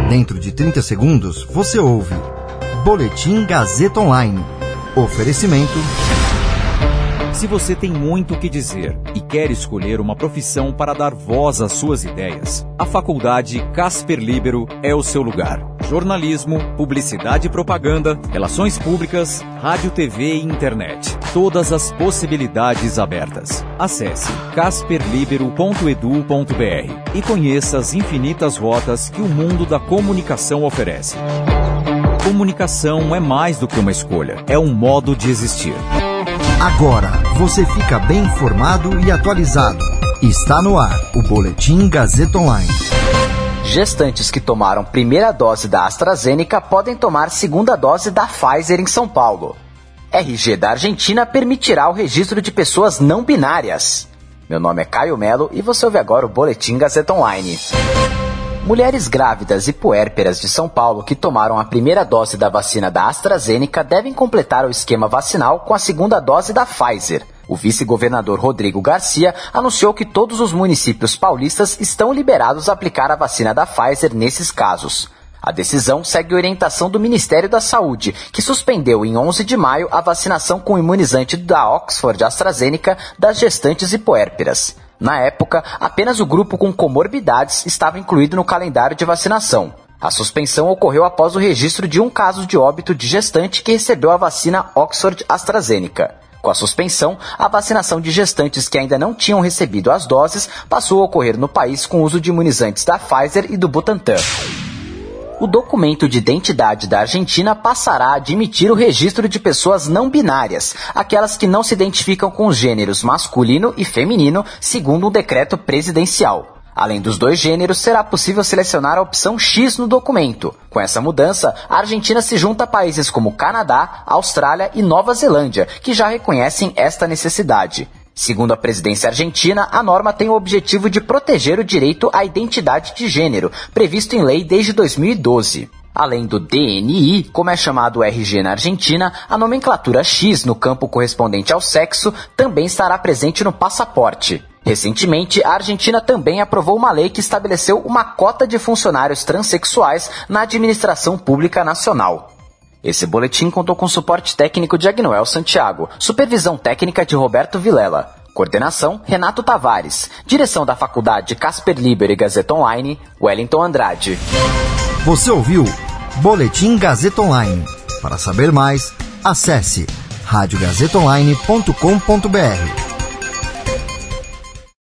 Dentro de 30 segundos, você ouve Boletim Gazeta Online. Oferecimento... Se você tem muito o que dizer e quer escolher uma profissão para dar voz às suas ideias, a Faculdade Casper Líbero é o seu lugar. Jornalismo, publicidade e propaganda, relações públicas, rádio, TV e internet. Todas as possibilidades abertas. Acesse casperlibero.edu.br e conheça as infinitas rotas que o mundo da comunicação oferece. Comunicação é mais do que uma escolha, é um modo de existir. Agora você fica bem informado e atualizado. Está no ar o Boletim Gazeta Online. Gestantes que tomaram primeira dose da AstraZeneca podem tomar segunda dose da Pfizer em São Paulo. RG da Argentina permitirá o registro de pessoas não binárias. Meu nome é Caio Melo e você ouve agora o Boletim Gazeta Online. Mulheres grávidas e puérperas de São Paulo que tomaram a primeira dose da vacina da AstraZeneca devem completar o esquema vacinal com a segunda dose da Pfizer. O vice-governador Rodrigo Garcia anunciou que todos os municípios paulistas estão liberados a aplicar a vacina da Pfizer nesses casos. A decisão segue a orientação do Ministério da Saúde, que suspendeu em 11 de maio a vacinação com o imunizante da Oxford AstraZeneca das gestantes e puérperas. Na época, apenas o grupo com comorbidades estava incluído no calendário de vacinação. A suspensão ocorreu após o registro de um caso de óbito de gestante que recebeu a vacina Oxford AstraZeneca. Com a suspensão, a vacinação de gestantes que ainda não tinham recebido as doses passou a ocorrer no país com o uso de imunizantes da Pfizer e do Butantan. O documento de identidade da Argentina passará a admitir o registro de pessoas não binárias, aquelas que não se identificam com os gêneros masculino e feminino, segundo um decreto presidencial. Além dos dois gêneros, será possível selecionar a opção X no documento. Com essa mudança, a Argentina se junta a países como Canadá, Austrália e Nova Zelândia, que já reconhecem esta necessidade. Segundo a presidência argentina, a norma tem o objetivo de proteger o direito à identidade de gênero, previsto em lei desde 2012. Além do DNI, como é chamado o RG na Argentina, a nomenclatura X no campo correspondente ao sexo também estará presente no passaporte. Recentemente, a Argentina também aprovou uma lei que estabeleceu uma cota de funcionários transexuais na administração pública nacional. Esse boletim contou com suporte técnico de Agnoel Santiago, supervisão técnica de Roberto Vilela, coordenação Renato Tavares, direção da Faculdade Casper Líbero e Gazeta Online, Wellington Andrade. Você ouviu Boletim Gazeta Online. Para saber mais, acesse radiogazetaonline.com.br.